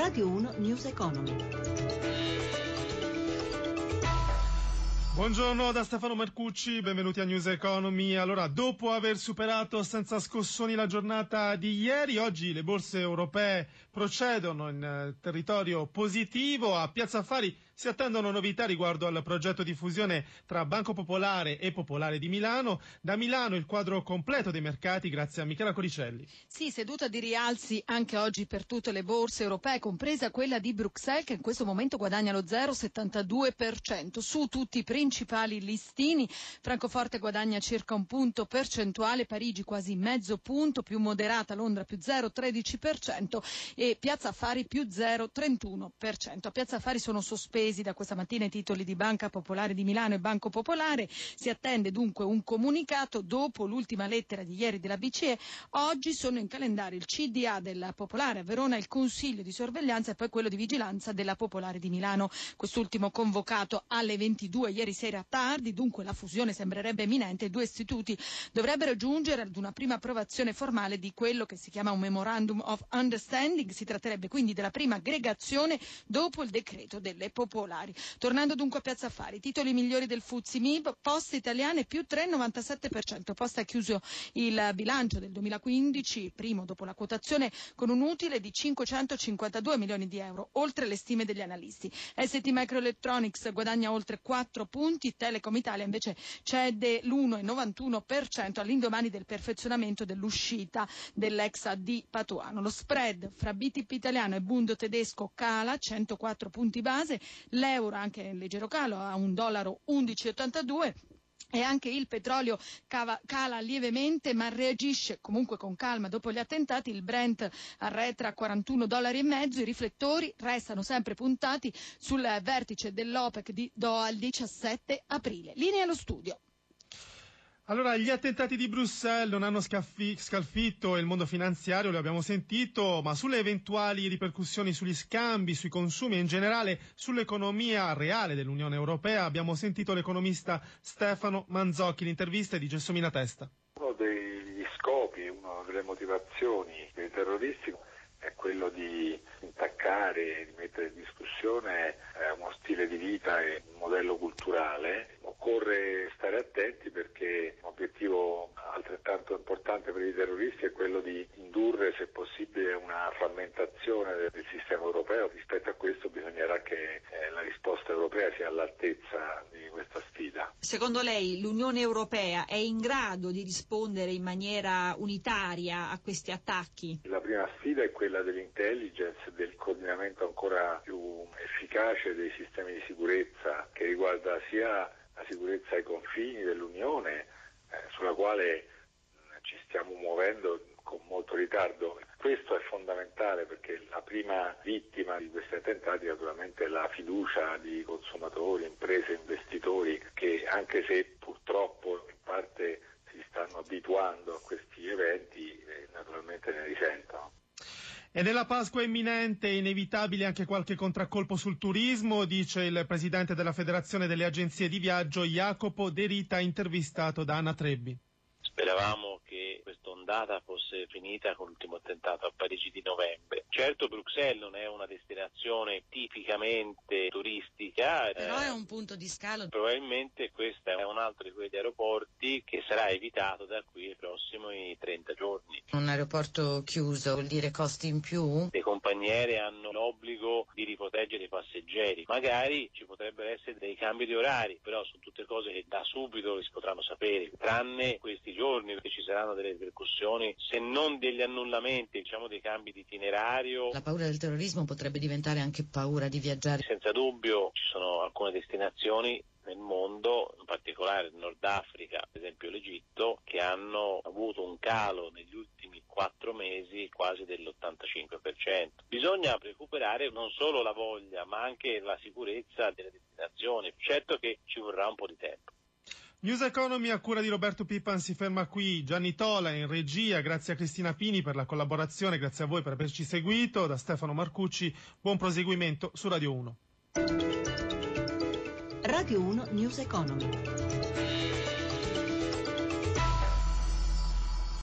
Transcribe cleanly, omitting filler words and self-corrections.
Radio 1 News Economy. Buongiorno da Stefano Marcucci, benvenuti a News Economy. Allora, dopo aver superato senza scossoni la giornata di ieri, oggi le borse europee procedono in territorio positivo. A Piazza Affari si attendono novità riguardo al progetto di fusione tra Banco Popolare e Popolare di Milano. Da Milano il quadro completo dei mercati grazie a Michela Coricelli. Sì, seduta di rialzi anche oggi per tutte le borse europee, compresa quella di Bruxelles, che in questo momento guadagna lo 0,72%. Su tutti i principali listini, Francoforte guadagna circa un punto percentuale, Parigi quasi mezzo punto, più moderata Londra più 0,13% e Piazza Affari più 0,31%. A Piazza Affari sono sospesi da questa mattina i titoli di Banca Popolare di Milano e Banco Popolare. Si attende dunque un comunicato dopo l'ultima lettera di ieri della BCE. Oggi sono in calendario il CDA della Popolare a Verona, il Consiglio di sorveglianza e poi quello di vigilanza della Popolare di Milano. Quest'ultimo convocato alle 22 ieri sera tardi, dunque la fusione sembrerebbe imminente. I due istituti dovrebbero giungere ad una prima approvazione formale di quello che si chiama un Memorandum of Understanding. Si tratterebbe quindi della prima aggregazione dopo il decreto delle Popolari. Tornando dunque a Piazza Affari, i titoli migliori del FTSE MIB, Poste Italiane più 3,97%. Posta ha chiuso il bilancio del 2015, primo dopo la quotazione, con un utile di 552 milioni di euro, oltre le stime degli analisti. ST Microelectronics guadagna oltre 4 punti, Telecom Italia invece cede l'1,91% all'indomani del perfezionamento dell'uscita dell'ex AD Patuano. Lo spread fra BTP italiano e Bundo tedesco cala 104 punti base, l'euro anche in leggero calo a $1,1182. E anche il petrolio cala lievemente ma reagisce comunque con calma dopo gli attentati. Il Brent arretra a $41,50. I riflettori restano sempre puntati sul vertice dell'OPEC di Doha il 17 aprile. Linea allo studio. Allora, gli attentati di Bruxelles non hanno scalfitto il mondo finanziario, lo abbiamo sentito, ma sulle eventuali ripercussioni sugli scambi, sui consumi e in generale sull'economia reale dell'Unione Europea abbiamo sentito l'economista Stefano Manzocchi. L'intervista è di Gelsomina Testa. Uno degli scopi, una delle motivazioni dei terroristi è quello di intaccare, di mettere in discussione uno stile di vita e un modello culturale. Occorre stare attenti perché un obiettivo altrettanto importante per i terroristi è quello di indurre, se possibile, una frammentazione del sistema europeo. Rispetto a questo bisognerà che la risposta europea sia all'altezza di questa sfida. Secondo lei l'Unione Europea è in grado di rispondere in maniera unitaria a questi attacchi? La prima sfida è quella dell'intelligence, del coordinamento ancora più efficace dei sistemi di sicurezza, che riguarda sia la sicurezza ai confini dell'Unione, sulla quale ci stiamo muovendo con molto ritardo. Questo è fondamentale perché la prima vittima di questi attentati naturalmente è la fiducia di consumatori, imprese, investitori che, anche se purtroppo in parte si stanno abituando a questi eventi, naturalmente ne risentono. E nella Pasqua imminente è inevitabile anche qualche contraccolpo sul turismo, dice il presidente della Federazione delle Agenzie di Viaggio, Jacopo De Rita, intervistato da Anna Trebbi. Speravamo che questa ondata fosse finita con l'ultimo attentato a Parigi di novembre. Certo, Bruxelles non è una destinazione tipicamente turistica. Però è un punto di scalo. Probabilmente questo è un altro di quegli aeroporti che sarà evitato da qui ai prossimi 30 giorni. Un aeroporto chiuso vuol dire costi in più? Le compagnie aeree hanno l'obbligo di riproteggere i passeggeri. Magari ci potrebbero essere dei cambi di orari, però sono tutte cose che da subito si potranno sapere, tranne questi giorni, perché ci saranno delle ripercussioni, se non degli annullamenti, diciamo dei cambi di itinerario. La paura del terrorismo potrebbe diventare anche paura di viaggiare. Senza dubbio ci sono alcune destinazioni nel mondo, in particolare il Nord Africa, ad esempio l'Egitto, che hanno avuto un calo negli ultimi 4 mesi quasi dell'85%. Bisogna recuperare non solo la voglia, ma anche la sicurezza delle destinazioni. Certo che ci vorrà un po' di tempo. News Economy a cura di Roberto Pippan si ferma qui. Gianni Tola in regia, grazie a Cristina Pini per la collaborazione, grazie a voi per averci seguito. Da Stefano Marcucci, buon proseguimento su Radio 1. Radio 1 News Economy.